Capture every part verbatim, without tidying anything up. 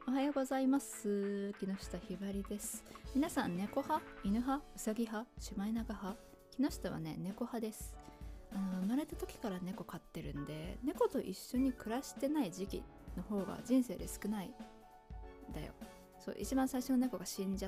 おはようございます。木下ひばりです。皆さん猫派、犬派、うさぎ派、シマエナガ派。木下はね、猫派です。あの生まれた時から猫飼ってるんで、猫と一緒に暮らしてない時期の方が人生で少ないんだよ。そう、一番最初の猫が死んじゃって、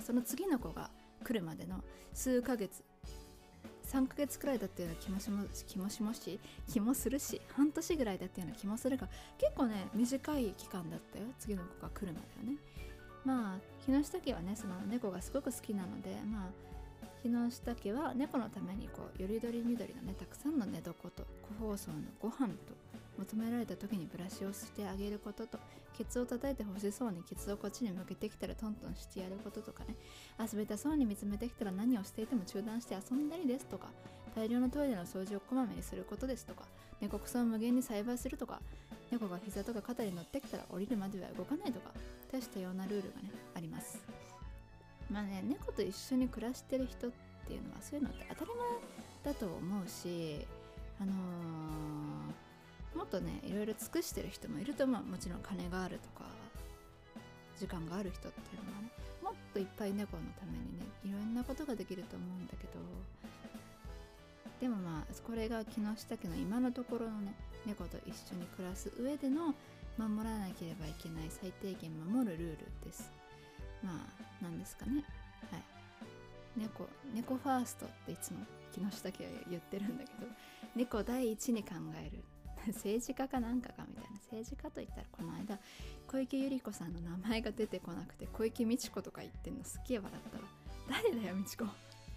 その次の子が来るまでの数ヶ月、さんかげつくらいだったような気もしも気もしもし気もするし、半年ぐらいだったような気もするが、結構ね短い期間だったよ、次の子が来るまではね。まあ木下家はね、その猫がすごく好きなので、まあ木下家は猫のためにこうよりどりみどりのね、たくさんの寝床と個包装のご飯と、求められた時にブラシをしてあげることと、ケツを叩いてほしそうにケツをこっちに向けてきたらトントンしてやることとかね、遊びたそうに見つめてきたら何をしていても中断して遊んだりですとか、大量のトイレの掃除をこまめにすることですとか、猫草を無限に栽培するとか、猫が膝とか肩に乗ってきたら降りるまでは動かないとか、多種多様なルールがねあります。まあね、猫と一緒に暮らしてる人っていうのはそういうのって当たり前だと思うし、あのーもっとねいろいろ尽くしてる人もいると思う。もちろん金があるとか時間がある人っていうのはね、もっといっぱい猫のためにねいろんなことができると思うんだけど、でもまあこれが木下家の今のところのね、猫と一緒に暮らす上での守らなければいけない最低限守るルールです。まあなんですかね、はい、猫猫ファーストっていつも木下家は言ってるんだけど、猫第一に考える政治家かなんかかみたいな。政治家といったらこの間小池百合子さんの名前が出てこなくて小池美智子とか言ってんのすっげえ笑ったわ。誰だよ美智子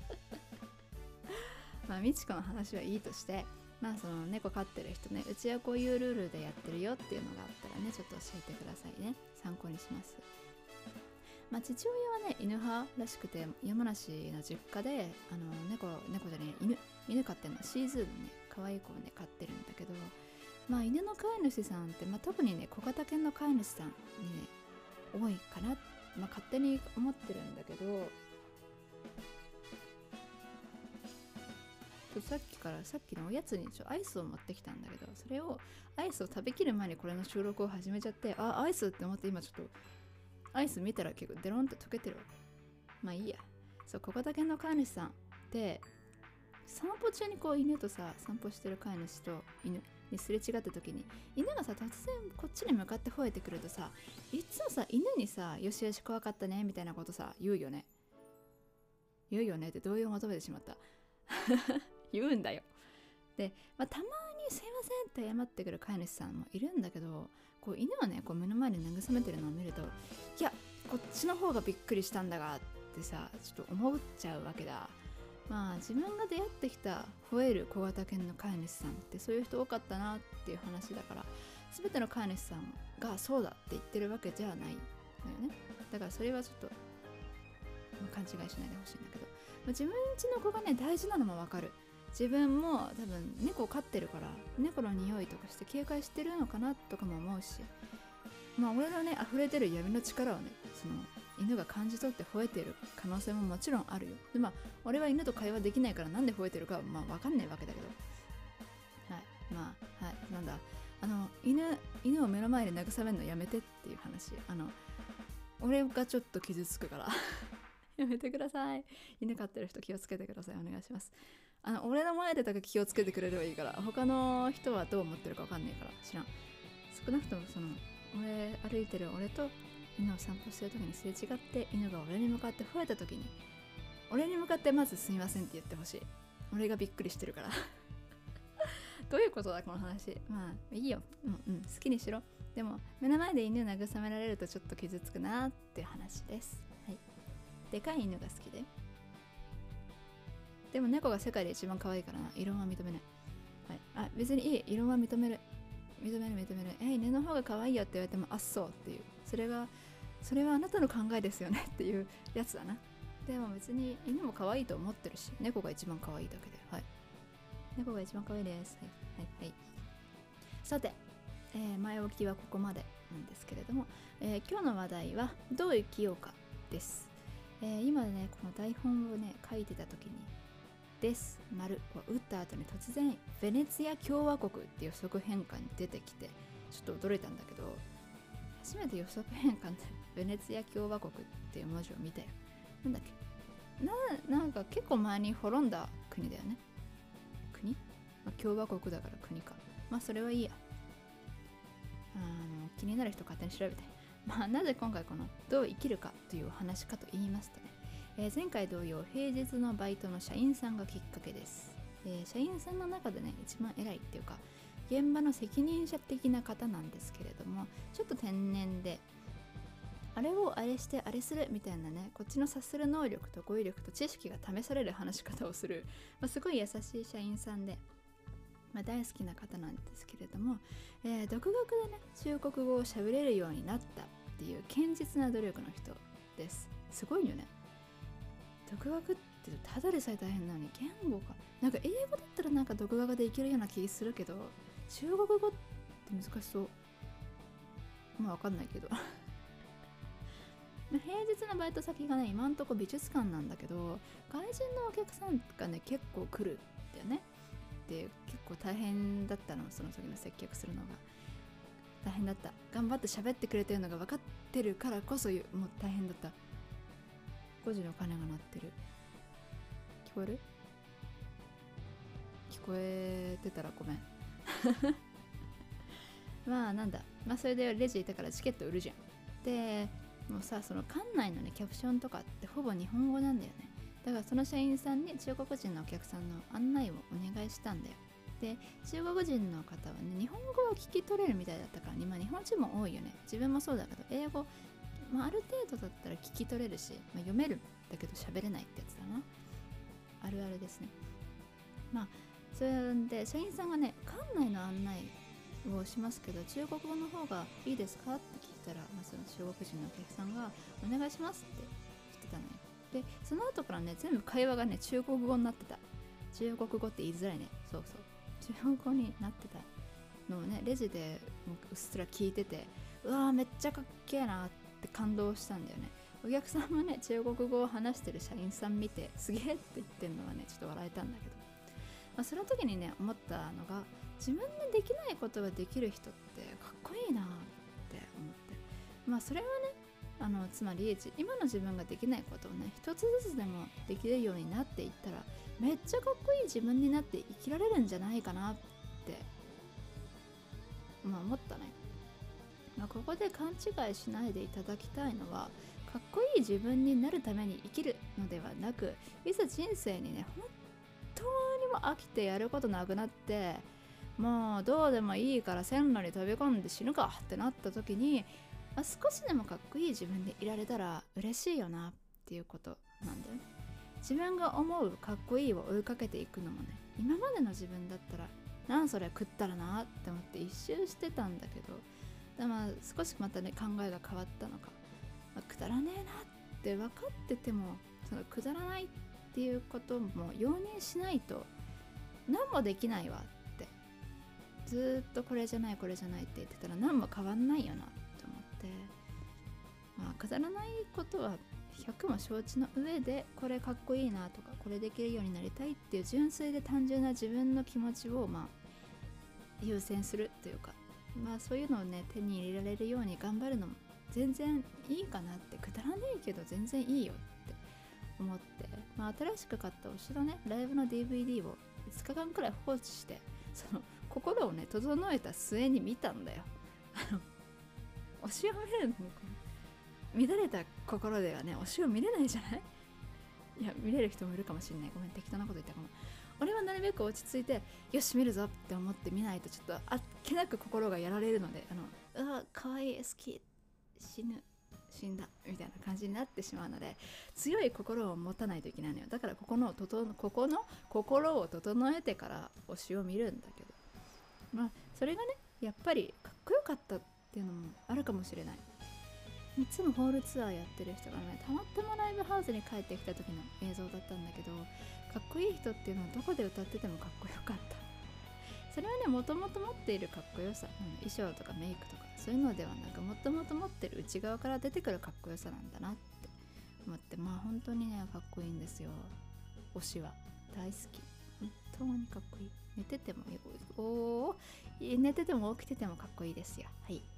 まあ美智子の話はいいとして、まあその猫飼ってる人ね、うちはこういうルールでやってるよっていうのがあったらね、ちょっと教えてくださいね。参考にします。まあ、父親はね犬派らしくて、山梨の実家であの猫猫じゃねえ犬犬飼ってるの、シーズーのね可愛い子をね飼ってるんだけど、まあ犬の飼い主さんって、まあ、特にね小型犬の飼い主さんにね多いかな、まあ、勝手に思ってるんだけど、さっきからさっきのおやつにちょアイスを持ってきたんだけど、それをアイスを食べきる前にこれの収録を始めちゃって、あアイスって思って今ちょっとアイス見たら結構デロンって溶けてるわ。まあいいや。そう、小型犬の飼い主さんで、散歩中にこう犬とさ散歩してる飼い主と犬にすれ違った時に、犬がさ突然こっちに向かって吠えてくるとさ、いつもさ犬にさよしよし怖かったねみたいなことさ言うよね。言うよねって同意を求めてしまった言うんだよ。で、まあ、たまにすいませんって謝ってくる飼い主さんもいるんだけど、こう犬はねこう目の前に慰めてるのを見ると、いやこっちの方がびっくりしたんだがってさちょっと思っちゃうわけだ。まあ自分が出会ってきた吠える小型犬の飼い主さんってそういう人多かったなっていう話だから、全ての飼い主さんがそうだって言ってるわけじゃないのよね。だからそれはちょっと、まあ、勘違いしないでほしいんだけど、まあ、自分家の子がね大事なのもわかる。自分も多分猫を飼ってるから猫の匂いとかして警戒してるのかなとかも思うし、まあ俺のね溢れてる闇の力をねその犬が感じ取って吠えてる可能性ももちろんあるよ。でまあ俺は犬と会話できないからなんで吠えてるかはまあ分かんないわけだけど、はいまあはいなんだあの犬犬を目の前で慰めるのやめてっていう話。あの俺がちょっと傷つくからやめてください。犬飼ってる人気をつけてください。お願いします。あの俺の前でだけ気をつけてくれればいいから、他の人はどう思ってるか分かんないから知らん。少なくともその俺歩いてる俺と犬を散歩してる時にすれ違って犬が俺に向かって吠えた時に、俺に向かってまずすみませんって言ってほしい。俺がびっくりしてるからどういうことだこの話。まあいいよ、うんうん好きにしろ。でも目の前で犬慰められるとちょっと傷つくなっていう話です。はい。でかい犬が好きで、でも猫が世界で一番可愛いからな。異論は認めない。はい。あ、別にいい。異論は認める。認める認める。え、犬の方が可愛いよって言われても、あっそうっていう。それが、それはあなたの考えですよねっていうやつだな。でも別に犬も可愛いと思ってるし、猫が一番可愛いだけで。はい。猫が一番可愛いです。はい。はい。はい。さて、えー、前置きはここまでなんですけれども、えー、今日の話題は、どう生きようかです。えー、今ね、この台本をね、書いてた時に、です丸を打った後に突然ベネツィア共和国っていう側変化に出てきてちょっと驚いたんだけど、 初めて予測変換でベネツィア共和国っていう文字を見たよ。なんだっけな、なんか結構前に滅んだ国だよね。国、まあ、共和国だから国か。まあそれはいいや。あの気になる人勝手に調べて。まあなぜ今回このどう生きるかというお話かと言いますとね、えー、前回同様平日のバイトの社員さんがきっかけです。えー、社員さんの中でね一番偉いっていうか現場の責任者的な方なんですけれども、ちょっと天然であれをあれしてあれするみたいなね、こっちの察する能力と語彙力と知識が試される話し方をする、まあ、すごい優しい社員さんで、まあ、大好きな方なんですけれども、えー、独学でね中国語を喋れるようになったっていう堅実な努力の人です。すごいよね。独学ってただでさえ大変なのに言語がなんか英語だったらなんか独学でいけるような気するけど、中国語って難しそう。まあわかんないけど平日のバイト先がね今んとこ美術館なんだけど、外人のお客さんがね結構来るんだよね。で結構大変だったの、その時の接客するのが大変だった。頑張って喋ってくれてるのが分かってるからこそもう大変だった。ごじの鐘が鳴ってる。聞こえる？聞こえてたらごめんまあなんだ、まあそれでレジいたからチケット売るじゃん。でもうさ、その館内のねキャプションとかってほぼ日本語なんだよね。だからその社員さんに中国人のお客さんの案内をお願いしたんだよ。で中国人の方はね日本語を聞き取れるみたいだったから、今日本人も多いよね。自分もそうだけど英語、まあ、ある程度だったら聞き取れるし、まあ、読めるんだけど喋れないってやつだな。あるあるですね。まあそれで社員さんがね館内の案内をしますけど中国語の方がいいですかって聞いたら、まあ、その中国人のお客さんがお願いしますって言ってたのよ。でその後からね全部会話がね中国語になってた。中国語って言いづらいね。そうそう中国語になってたのをねレジでうっすら聞いてて、うわーめっちゃかっけえなって感動したんだよね。お客さんもね中国語を話してる社員さん見てすげえって言ってるのはねちょっと笑えたんだけど、まあ、その時にね思ったのが、自分でできないことができる人ってかっこいいなって思って、まあそれはねあのつまり今の自分ができないことをね一つずつでもできるようになっていったらめっちゃかっこいい自分になって生きられるんじゃないかなってまあ思ったね。まあ、ここで勘違いしないでいただきたいのは、かっこいい自分になるために生きるのではなく、いざ人生にね本当にも飽きてやることなくなってもうどうでもいいから線路に飛び込んで死ぬかってなった時に、まあ、少しでもかっこいい自分でいられたら嬉しいよなっていうことなんだよね。自分が思うかっこいいを追いかけていくのもね、今までの自分だったらなんそれ食ったらなって思って一周してたんだけど、でまあ少しまたね考えが変わったのか、まあ、くだらねえなって分かっててもそのくだらないっていうことも容認しないと何もできないわって、ずっとこれじゃないこれじゃないって言ってたら何も変わんないよなと思って、まあくだらないことはひゃくも承知の上で、これかっこいいなとかこれできるようになりたいっていう純粋で単純な自分の気持ちをまあ優先するというか、まあそういうのをね手に入れられるように頑張るのも全然いいかなって、くだらねえけど全然いいよって思って、まあ新しく買った推しのねライブの ディーブイディー をいつかかんくらい放置して、その心をね整えた末に見たんだよ。あの推しを見るのに乱れた心ではね推しを見れないじゃない。いや見れる人もいるかもしれない。ごめん適当なこと言ったかも。俺はなるべく落ち着いてよし見るぞって思って見ないとちょっとあっけなく心がやられるので、あのうわかわいい好き死ぬ死んだみたいな感じになってしまうので、強い心を持たないといけないのよ。だからここのととここの心を整えてから推しを見るんだけど、まあそれがねやっぱりかっこよかったっていうのもあるかもしれない。いつもホールツアーやってる人がねたまたまライブハウスに帰ってきた時の映像だったんだけど、かっこいい人っていうのはどこで歌っててもかっこよかった。それはねもともと持っているかっこよさ、うん、衣装とかメイクとかそういうのではなく、もともと持ってる内側から出てくるかっこよさなんだなって思って、まあ本当にねかっこいいんですよ。推しは大好き、本当にかっこいい。寝ててもおー寝てても起きててもかっこいいですよ。はい。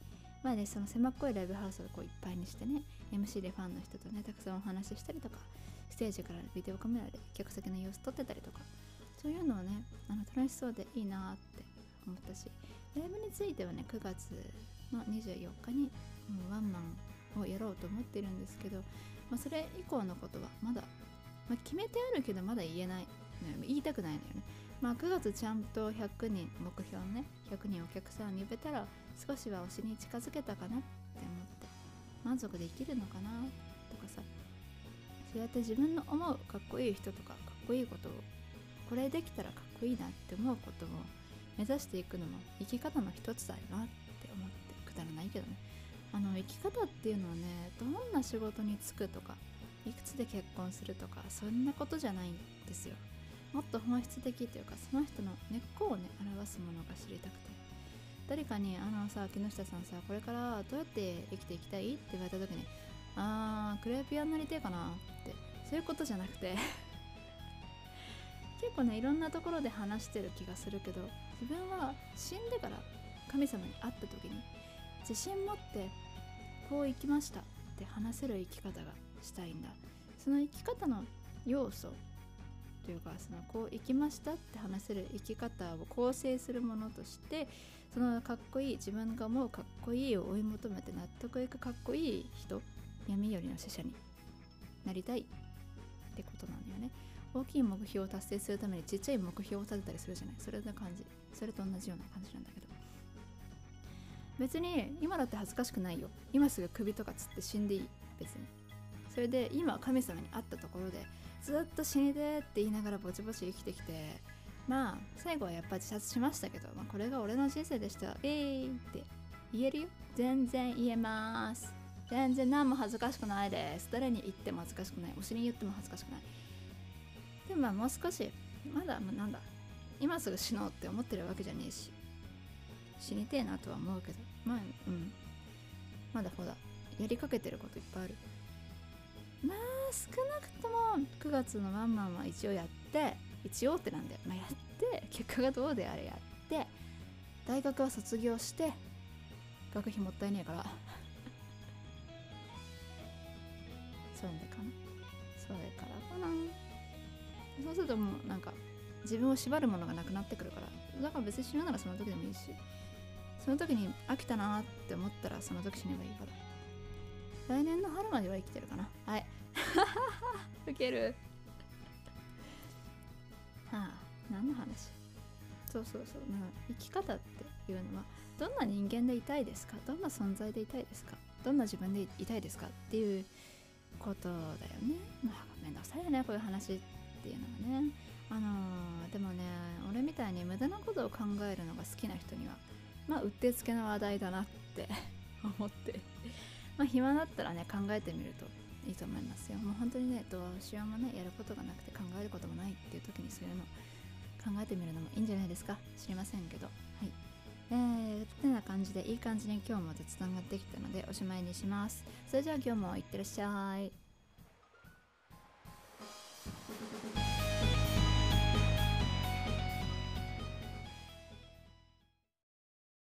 まあね、その狭っこいライブハウスをこういっぱいにしてね、 エムシー でファンの人とねたくさんお話ししたりとか、ステージからビデオカメラで客先の様子撮ってたりとか、そういうのをねあの楽しそうでいいなって思ったし、ライブについてはねくがつのにじゅうよっかに、うん、ワンマンをやろうと思ってるんですけど、まあ、それ以降のことはまだ、まあ、決めてあるけどまだ言えない、ね、言いたくないのよね。まあくがつちゃんとひゃくにん目標ね、ひゃくにんお客さん呼べたら少しは推しに近づけたかなって思って満足できるのかなとかさ、そうやって自分の思うかっこいい人とかかっこいいことを、これできたらかっこいいなって思うことを目指していくのも生き方の一つだよなって思って、くだらないけどね、あの生き方っていうのはね、どんな仕事に就くとかいくつで結婚するとかそんなことじゃないんですよ。もっと本質的というか、その人の根っこをね表すものが知りたくて、誰かにあのさ木下さんさこれからどうやって生きていきたいって言われた時に、あークレープ屋になりてえかなって、そういうことじゃなくて結構ねいろんなところで話してる気がするけど、自分は死んでから神様に会った時に自信持ってこう生きましたって話せる生き方がしたいんだ。その生き方の要素というか、そのこう生きましたって話せる生き方を構成するものとして、そのかっこいい、自分が思うかっこいいを追い求めて納得いくかっこいい人、闇よりの使者になりたいってことなんだよね。大きい目標を達成するためにちっちゃい目標を立てたりするじゃない。それな感じ、それと同じような感じなんだけど、別に今だって恥ずかしくないよ。今すぐ首とかつって死んでいい、別に。それで今神様に会ったところでずっと死にでって言いながらぼちぼち生きてきて、まあ最後はやっぱ自殺しましたけど、まあ、これが俺の人生でしたえーって言えるよ。全然言えます。全然何も恥ずかしくないです。誰に言っても恥ずかしくない。お尻に言っても恥ずかしくない。でもまあもう少し、まだなんだ今すぐ死のうって思ってるわけじゃねえし、死にてえなとは思うけど、まあうんまだほらやりかけてることいっぱいある。まあ少なくともくがつのワンマンは一応やって、一応ってなんだよ、まあ、やって結果がどうであれやって大学は卒業して、学費もったいねえからそれでかなそれからかな。そうするともうなんか自分を縛るものがなくなってくるから、だから別に死ぬならその時でもいいし、その時に飽きたなって思ったらその時死ねばいいから、来年の春までは生きてるかな。はいウケるはあ、何の話。そうそうそう、まあ、生き方っていうのはどんな人間でいたいですか、どんな存在でいたいですか、どんな自分でいたいですかっていうことだよね。まあめんどくさいよねこういう話っていうのはね。あのー、でもね俺みたいに無駄なことを考えるのが好きな人にはまあうってつけの話題だなって思ってまあ暇だったらね考えてみるといいと思いますよ。もう本当にねどうしようもねやることがなくて考えることもないっていう時にそういうの考えてみるのもいいんじゃないですか。知りませんけど、はい。えー、ってな感じでいい感じに今日もつながってきたのでおしまいにします。それじゃあ今日もいってらっしゃい。